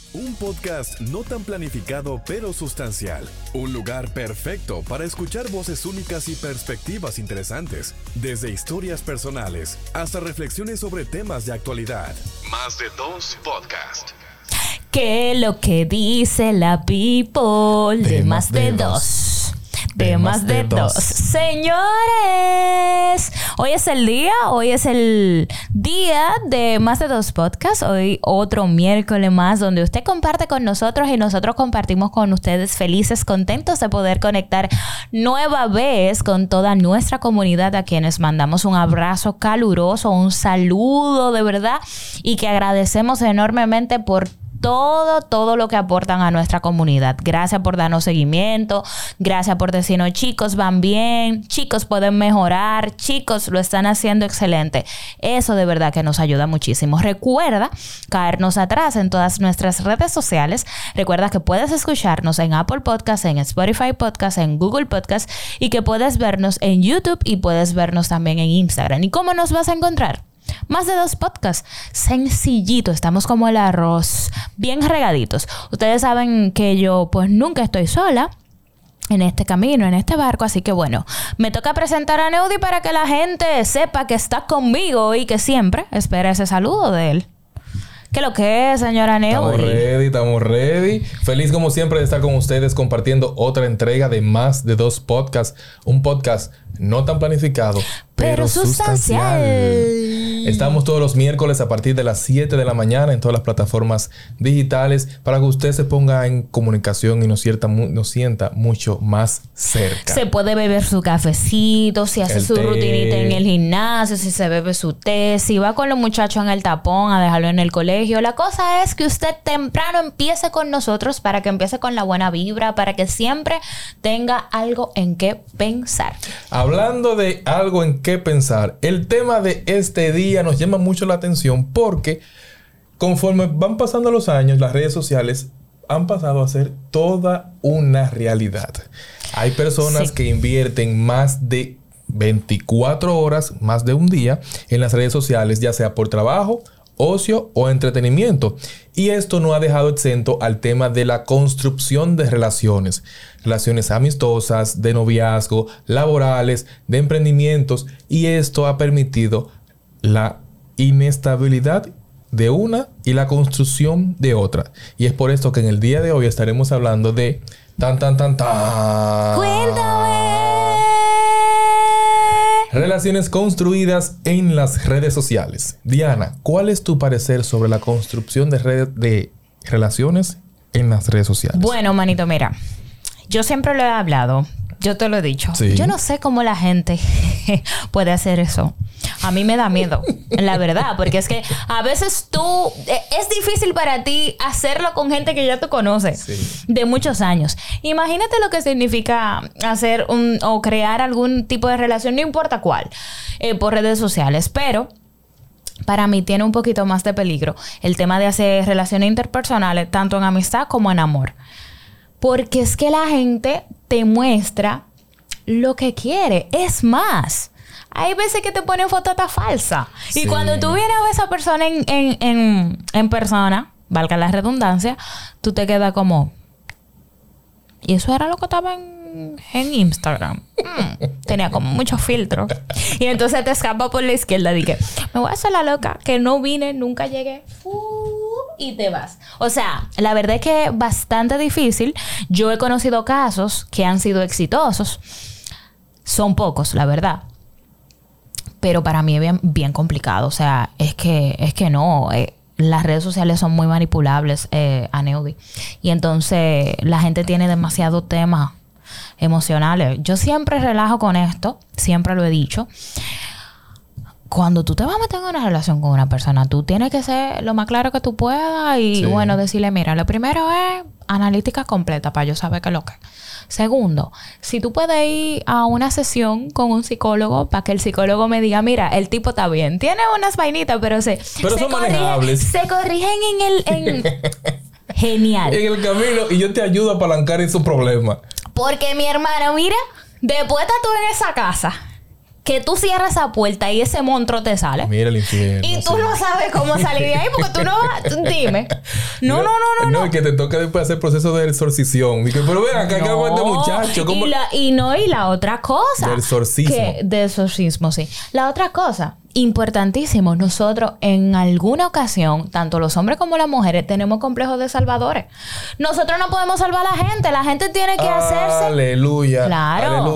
Un podcast no tan planificado pero sustancial. Un lugar perfecto para escuchar voces únicas y perspectivas interesantes. Desde historias personales hasta reflexiones sobre temas de actualidad. Más de dos podcasts. ¿Qué es lo que dice la people? De más de dos. De más de dos. Señores, hoy es el día de Más de Dos Podcast. Hoy otro miércoles más donde usted comparte con nosotros y nosotros compartimos con ustedes, felices, contentos de poder conectar nueva vez con toda nuestra comunidad, a quienes mandamos un abrazo caluroso, un saludo de verdad y que agradecemos enormemente por todo lo que aportan a nuestra comunidad. Gracias por darnos seguimiento, gracias por decirnos, chicos, van bien, chicos, pueden mejorar, chicos, lo están haciendo excelente. Eso de verdad que nos ayuda muchísimo. Recuerda caernos atrás en todas nuestras redes sociales. Recuerda que puedes escucharnos en Apple Podcast, en Spotify Podcast, en Google Podcast y que puedes vernos en YouTube y puedes vernos también en Instagram. ¿Y cómo nos vas a encontrar? Más de dos podcasts, sencillito, estamos como el arroz, bien regaditos. Ustedes saben que yo pues nunca estoy sola en este camino, en este barco, así que bueno, me toca presentar a Neudi para que la gente sepa que está conmigo y que siempre espera ese saludo de él. ¿Qué lo que es, señora Neudi? Estamos ready. Feliz como siempre de estar con ustedes compartiendo otra entrega de Más de Dos Podcasts. Un podcast no tan planificado, pero sustancial. Estamos todos los miércoles a partir de las 7 de la mañana en todas las plataformas digitales para que usted se ponga en comunicación y nos sienta mucho más cerca. Se puede beber su cafecito, si hace su rutinita en el gimnasio, si se bebe su té, si va con los muchachos en el tapón a dejarlo en el colegio. La cosa es que usted temprano empiece con nosotros para que empiece con la buena vibra, para que siempre tenga algo en qué pensar. Hablando de algo en qué pensar, el tema de este día nos llama mucho la atención porque conforme van pasando los años, las redes sociales han pasado a ser toda una realidad. Hay personas que invierten más de 24 horas, más de un día, en las redes sociales, ya sea por trabajo, ocio o entretenimiento. Y esto no ha dejado exento al tema de la construcción de relaciones amistosas, de noviazgo, laborales, de emprendimientos, y esto ha permitido la inestabilidad de una y la construcción de otra. Y es por esto que en el día de hoy estaremos hablando de ¡Cuéntame! Relaciones construidas en las redes sociales. Diana, ¿cuál es tu parecer sobre la construcción de relaciones en las redes sociales? Bueno, manito, mira, yo siempre lo he hablado, yo te lo he dicho. Sí. Yo no sé cómo la gente puede hacer eso. A mí me da miedo, la verdad, porque es que a veces es difícil para ti hacerlo con gente que ya tú conoces de muchos años. Imagínate lo que significa hacer o crear algún tipo de relación, no importa cuál, por redes sociales, pero para mí tiene un poquito más de peligro el tema de hacer relaciones interpersonales, tanto en amistad como en amor. Porque es que la gente te muestra lo que quiere. Es más, hay veces que te ponen foto hasta falsa. Sí. Y cuando tú vienes a ver a esa persona en persona, valga la redundancia, tú te quedas como... ¿Y eso era lo que estaba en Instagram? Tenía como muchos filtros. Y entonces te escapa por la izquierda. Dije, me voy a hacer la loca, que no vine, nunca llegué. Y te vas. O sea, la verdad es que es bastante difícil. Yo he conocido casos que han sido exitosos. Son pocos, la verdad. Pero para mí es bien complicado. O sea, es que no. Las redes sociales son muy manipulables, a Neudi. Y entonces la gente tiene demasiado temas emocionales. Yo siempre relajo con esto. Siempre lo he dicho. Cuando tú te vas a meter en una relación con una persona, tú tienes que ser lo más claro que tú puedas y, bueno, decirle, mira, lo primero es analítica completa para yo saber qué es lo que es. Segundo, si tú puedes ir a una sesión con un psicólogo para que el psicólogo me diga, mira, el tipo está bien, tiene unas vainitas, pero son manejables. Se corrigen Genial. En el camino y yo te ayudo a apalancar esos problemas. Porque mi hermano, mira, después estás tú en esa casa, que tú cierras esa puerta y ese monstruo te sale. Mira el infierno. Y tú no sabes cómo salir de ahí porque tú no vas. Dime. No. No, y que te toca después hacer proceso de exorcición. Dije, pero ven acá, ¿qué hago este muchacho? ¿Cómo? Y la otra cosa. Del exorcismo. Del exorcismo, sí. La otra cosa, importantísimo, nosotros en alguna ocasión, tanto los hombres como las mujeres, tenemos complejos de salvadores. Nosotros no podemos salvar a la gente tiene que hacerse. Aleluya. Claro.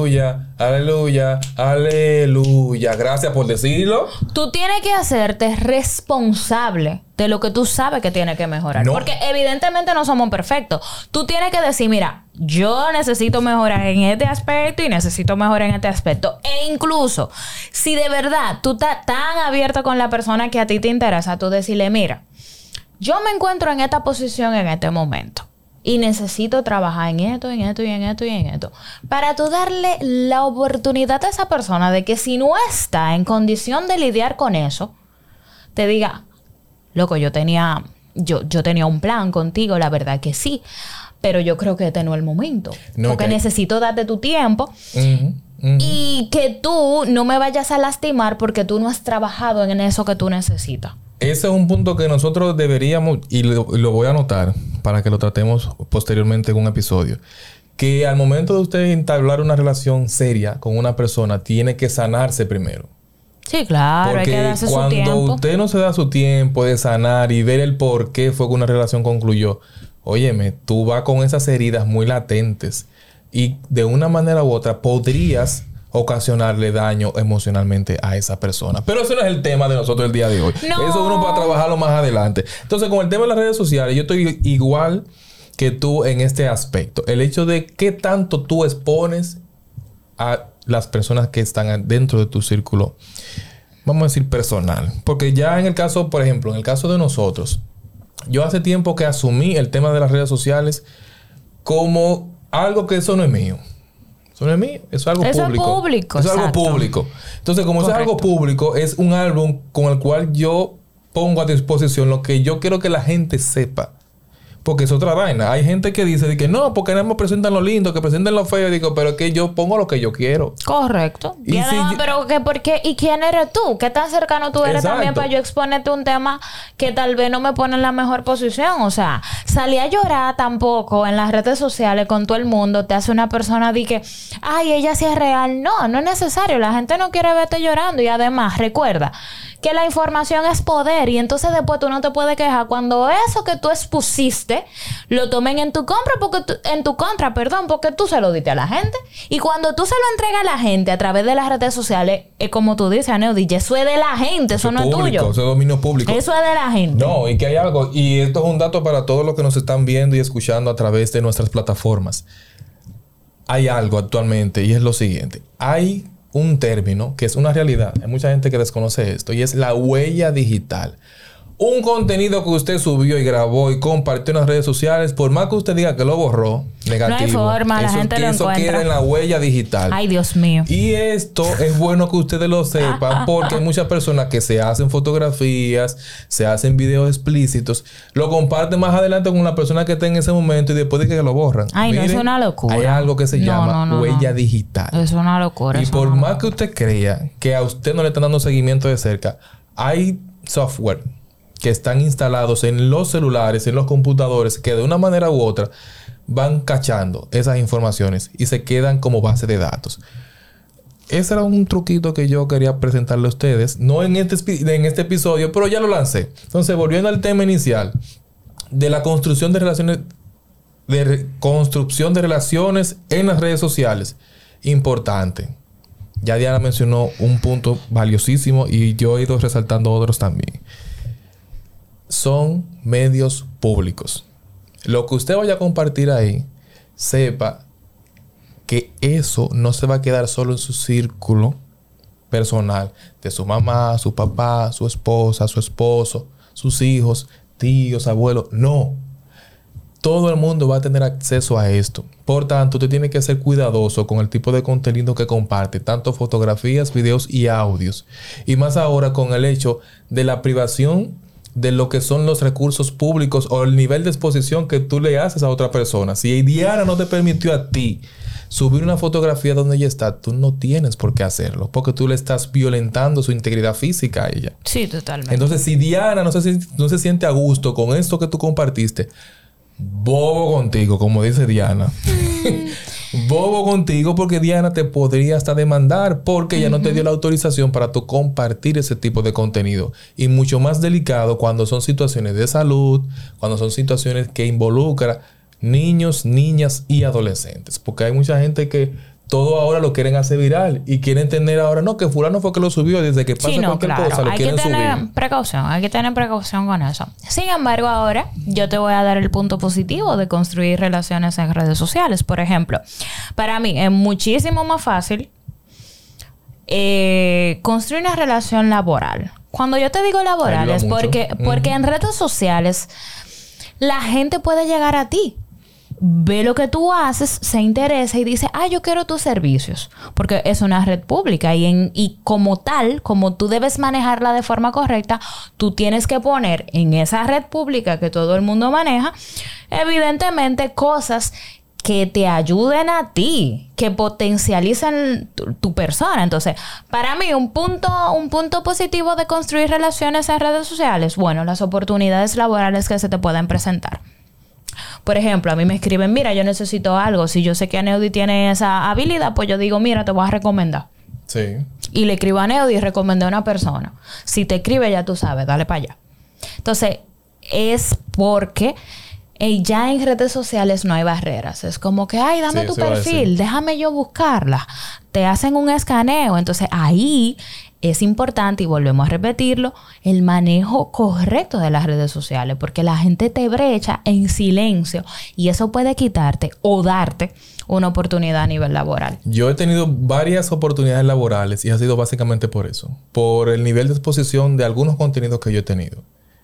Aleluya. Gracias por decirlo. Tú tienes que hacerte responsable de lo que tú sabes que tiene que mejorar. No. Porque evidentemente no somos perfectos. Tú tienes que decir, mira, yo necesito mejorar en este aspecto y necesito mejorar en este aspecto. E incluso, si de verdad tú estás tan abierto con la persona que a ti te interesa, tú decirle, mira, yo me encuentro en esta posición en este momento y necesito trabajar en esto, en esto y en esto y en esto. Para tú darle la oportunidad a esa persona de que si no está en condición de lidiar con eso, te diga, loco, yo tenía un plan contigo, la verdad que sí, pero yo creo que este no es el momento. Porque necesito darte tu tiempo y que tú no me vayas a lastimar porque tú no has trabajado en eso que tú necesitas. Ese es un punto que nosotros deberíamos, y lo voy a anotar para que lo tratemos posteriormente en un episodio, que al momento de usted entablar una relación seria con una persona, tiene que sanarse primero. Sí, claro, hay que darse su tiempo. Cuando usted no se da su tiempo de sanar y ver el por qué fue que una relación concluyó, óyeme, tú vas con esas heridas muy latentes y de una manera u otra podrías ocasionarle daño emocionalmente a esa persona. Pero ese no es el tema de nosotros el día de hoy. No. Eso uno para trabajarlo más adelante. Entonces, con el tema de las redes sociales, yo estoy igual que tú en este aspecto. El hecho de qué tanto tú expones a las personas que están dentro de tu círculo, vamos a decir personal. Porque ya en el caso, por ejemplo, en el caso de nosotros, yo hace tiempo que asumí el tema de las redes sociales como algo que eso no es mío. Eso no es mío, eso es algo público. Eso es algo público. Entonces, como eso es algo público, es un álbum con el cual yo pongo a disposición lo que yo quiero que la gente sepa. Porque es otra vaina. Hay gente que dice que no, porque nada más presentan lo lindo, que presenten lo feo. Digo, pero es que yo pongo lo que yo quiero. Correcto. Y además, pero que ¿por qué? ¿Y quién eres tú? ¿Qué tan cercano tú eres también para yo exponerte un tema que tal vez no me pone en la mejor posición? O sea, salir a llorar tampoco en las redes sociales con todo el mundo te hace una persona de que, ay, ella sí es real. No, no es necesario. La gente no quiere verte llorando. Y además, recuerda que la información es poder y entonces después tú no te puedes quejar cuando eso que tú expusiste lo tomen en tu contra porque tú se lo diste a la gente. Y cuando tú se lo entregas a la gente a través de las redes sociales, es como tú dices, Aneudi, eso es de la gente, eso no es tuyo. Eso es dominio público. Eso es de la gente. No, y que hay algo, y esto es un dato para todos los que nos están viendo y escuchando a través de nuestras plataformas. Hay algo actualmente y es lo siguiente. Hay un término que es una realidad. Hay mucha gente que desconoce esto y es la huella digital. Un contenido que usted subió y grabó y compartió en las redes sociales, por más que usted diga que lo borró, negativo. No hay forma, la gente lo encuentra. Eso queda en la huella digital. Ay, Dios mío. Y esto es bueno que ustedes lo sepan porque hay muchas personas que se hacen fotografías, se hacen videos explícitos, lo comparten más adelante con la persona que está en ese momento y después de que lo borran. Ay, miren, no, es una locura. Hay algo que se llama huella digital. Es una locura. Y por más que usted crea que a usted no le están dando seguimiento de cerca, hay software que están instalados en los celulares, en los computadores, que de una manera u otra van cachando esas informaciones y se quedan como base de datos. Ese era un truquito que yo quería presentarle a ustedes, no en este episodio, pero ya lo lancé. Entonces, volviendo al tema inicial de la construcción de relaciones, construcción de relaciones en las redes sociales, importante. Ya Diana mencionó un punto valiosísimo y yo he ido resaltando otros también. Son medios públicos. Lo que usted vaya a compartir ahí, sepa que eso no se va a quedar solo en su círculo personal de su mamá, su papá, su esposa, su esposo, sus hijos, tíos, abuelos. No. Todo el mundo va a tener acceso a esto. Por tanto, usted tiene que ser cuidadoso con el tipo de contenido que comparte, tanto fotografías, videos y audios. Y más ahora con el hecho de la privación de lo que son los recursos públicos o el nivel de exposición que tú le haces a otra persona. Si Diana no te permitió a ti subir una fotografía donde ella está, tú no tienes por qué hacerlo, porque tú le estás violentando su integridad física a ella. Sí, totalmente. Entonces, si Diana no se siente a gusto con esto que tú compartiste, bobo contigo, como dice Diana. Bobo contigo, porque Diana te podría hasta demandar porque ella no te dio la autorización para tú compartir ese tipo de contenido. Y mucho más delicado cuando son situaciones de salud, cuando son situaciones que involucran niños, niñas y adolescentes. Porque hay mucha gente que todo ahora lo quieren hacer viral y quieren tener ahora, no, que fulano fue que lo subió, desde que pasa cualquier cosa lo quieren subir. Hay que tener precaución con eso. Sin embargo, ahora yo te voy a dar el punto positivo de construir relaciones en redes sociales. Por ejemplo, para mí es muchísimo más fácil construir una relación laboral. Cuando yo te digo laboral es porque en redes sociales la gente puede llegar a ti. Ve lo que tú haces, se interesa y dice, yo quiero tus servicios. Porque es una red pública y como tal, como tú debes manejarla de forma correcta, tú tienes que poner en esa red pública que todo el mundo maneja, evidentemente cosas que te ayuden a ti, que potencialicen tu persona. Entonces, para mí, un punto positivo de construir relaciones en redes sociales, bueno, las oportunidades laborales que se te pueden presentar. Por ejemplo, a mí me escriben, mira, yo necesito algo. Si yo sé que Aneudi tiene esa habilidad, pues yo digo, mira, te voy a recomendar. Sí. Y le escribo a Aneudi y recomendé a una persona. Si te escribe, ya tú sabes, dale para allá. Entonces, es porque ya en redes sociales no hay barreras. Es como que, dame tu perfil, déjame yo buscarla. Te hacen un escaneo. Entonces, ahí es importante, y volvemos a repetirlo, el manejo correcto de las redes sociales, porque la gente te brecha en silencio y eso puede quitarte o darte una oportunidad a nivel laboral. Yo he tenido varias oportunidades laborales y ha sido básicamente por eso, por el nivel de exposición de algunos contenidos que yo he tenido.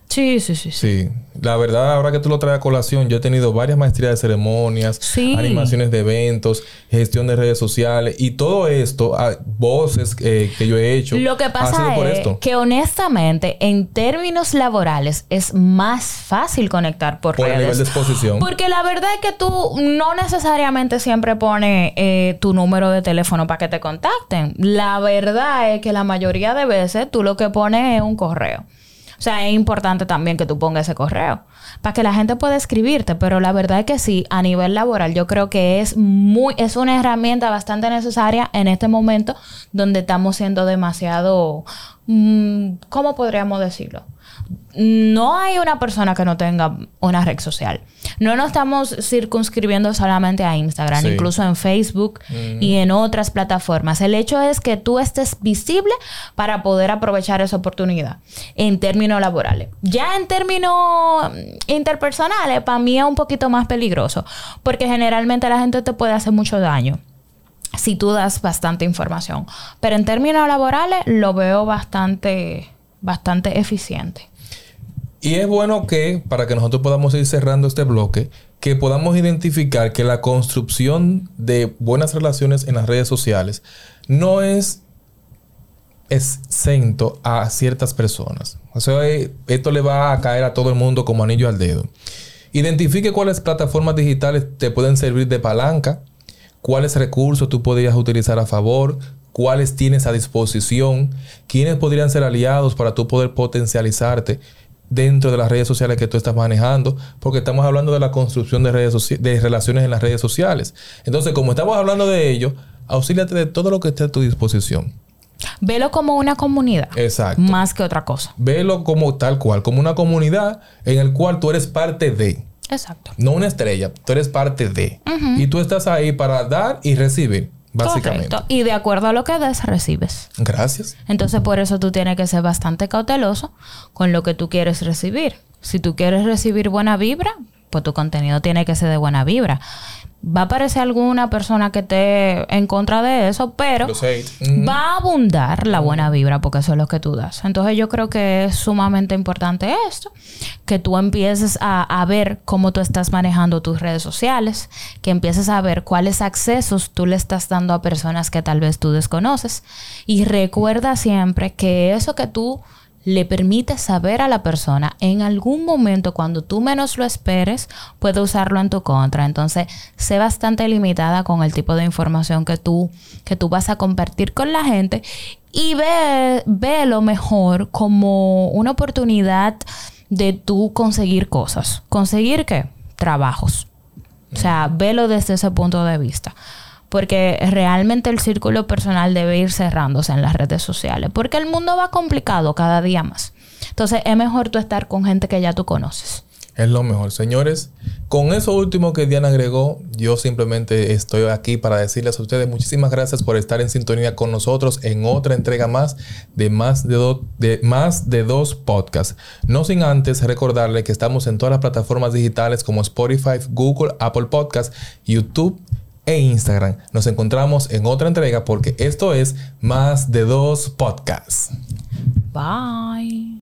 Sí. La verdad, ahora que tú lo traes a colación, yo he tenido varias maestrías de ceremonias, animaciones de eventos, gestión de redes sociales y todo esto, voces que yo he hecho. Lo que pasa es que honestamente, en términos laborales, es más fácil conectar por redes. Por el nivel de exposición. Porque la verdad es que tú no necesariamente siempre pones tu número de teléfono para que te contacten. La verdad es que la mayoría de veces tú lo que pones es un correo. O sea, es importante también que tú pongas ese correo para que la gente pueda escribirte. Pero la verdad es que sí, a nivel laboral, yo creo que es una herramienta bastante necesaria en este momento donde estamos siendo demasiado... ¿cómo podríamos decirlo? No hay una persona que no tenga una red social. No nos estamos circunscribiendo solamente a Instagram, incluso en Facebook y en otras plataformas. El hecho es que tú estés visible para poder aprovechar esa oportunidad en términos laborales. Ya en términos interpersonales, para mí es un poquito más peligroso, porque generalmente la gente te puede hacer mucho daño si tú das bastante información. Pero en términos laborales lo veo bastante eficiente. Y es bueno que, para que nosotros podamos ir cerrando este bloque, que podamos identificar que la construcción de buenas relaciones en las redes sociales no es exento a ciertas personas. O sea, esto le va a caer a todo el mundo como anillo al dedo. Identifique cuáles plataformas digitales te pueden servir de palanca, cuáles recursos tú podrías utilizar a favor, cuáles tienes a disposición, quiénes podrían ser aliados para tú poder potencializarte dentro de las redes sociales que tú estás manejando, porque estamos hablando de la construcción de relaciones en las redes sociales. Entonces, como estamos hablando de ello, auxíliate de todo lo que esté a tu disposición. Velo como una comunidad. Exacto. Más que otra cosa. Velo como tal cual, como una comunidad en el cual tú eres parte de. Exacto. No una estrella, tú eres parte de. Y tú estás ahí para dar y recibir. Básicamente. Correcto. Y de acuerdo a lo que des, recibes. Gracias. Entonces, por eso tú tienes que ser bastante cauteloso con lo que tú quieres recibir. Si tú quieres recibir buena vibra, pues tu contenido tiene que ser de buena vibra. Va a aparecer alguna persona que esté en contra de eso, pero va a abundar la buena vibra porque eso es lo que tú das. Entonces yo creo que es sumamente importante esto, que tú empieces a ver cómo tú estás manejando tus redes sociales, que empieces a ver cuáles accesos tú le estás dando a personas que tal vez tú desconoces. Y recuerda siempre que eso que tú le permite saber a la persona en algún momento, cuando tú menos lo esperes, puede usarlo en tu contra. Entonces, sé bastante limitada con el tipo de información que tú vas a compartir con la gente y ve lo mejor como una oportunidad de tú conseguir cosas. ¿Conseguir qué? Trabajos. O sea, velo desde ese punto de vista. Porque realmente el círculo personal debe ir cerrándose en las redes sociales. Porque el mundo va complicado cada día más. Entonces, es mejor tú estar con gente que ya tú conoces. Es lo mejor. Señores, con eso último que Diana agregó, yo simplemente estoy aquí para decirles a ustedes muchísimas gracias por estar en sintonía con nosotros en otra entrega más de Más de Dos Podcasts. No sin antes recordarle que estamos en todas las plataformas digitales como Spotify, Google, Apple Podcasts, YouTube e Instagram. Nos encontramos en otra entrega porque esto es Más de Dos Podcasts. Bye.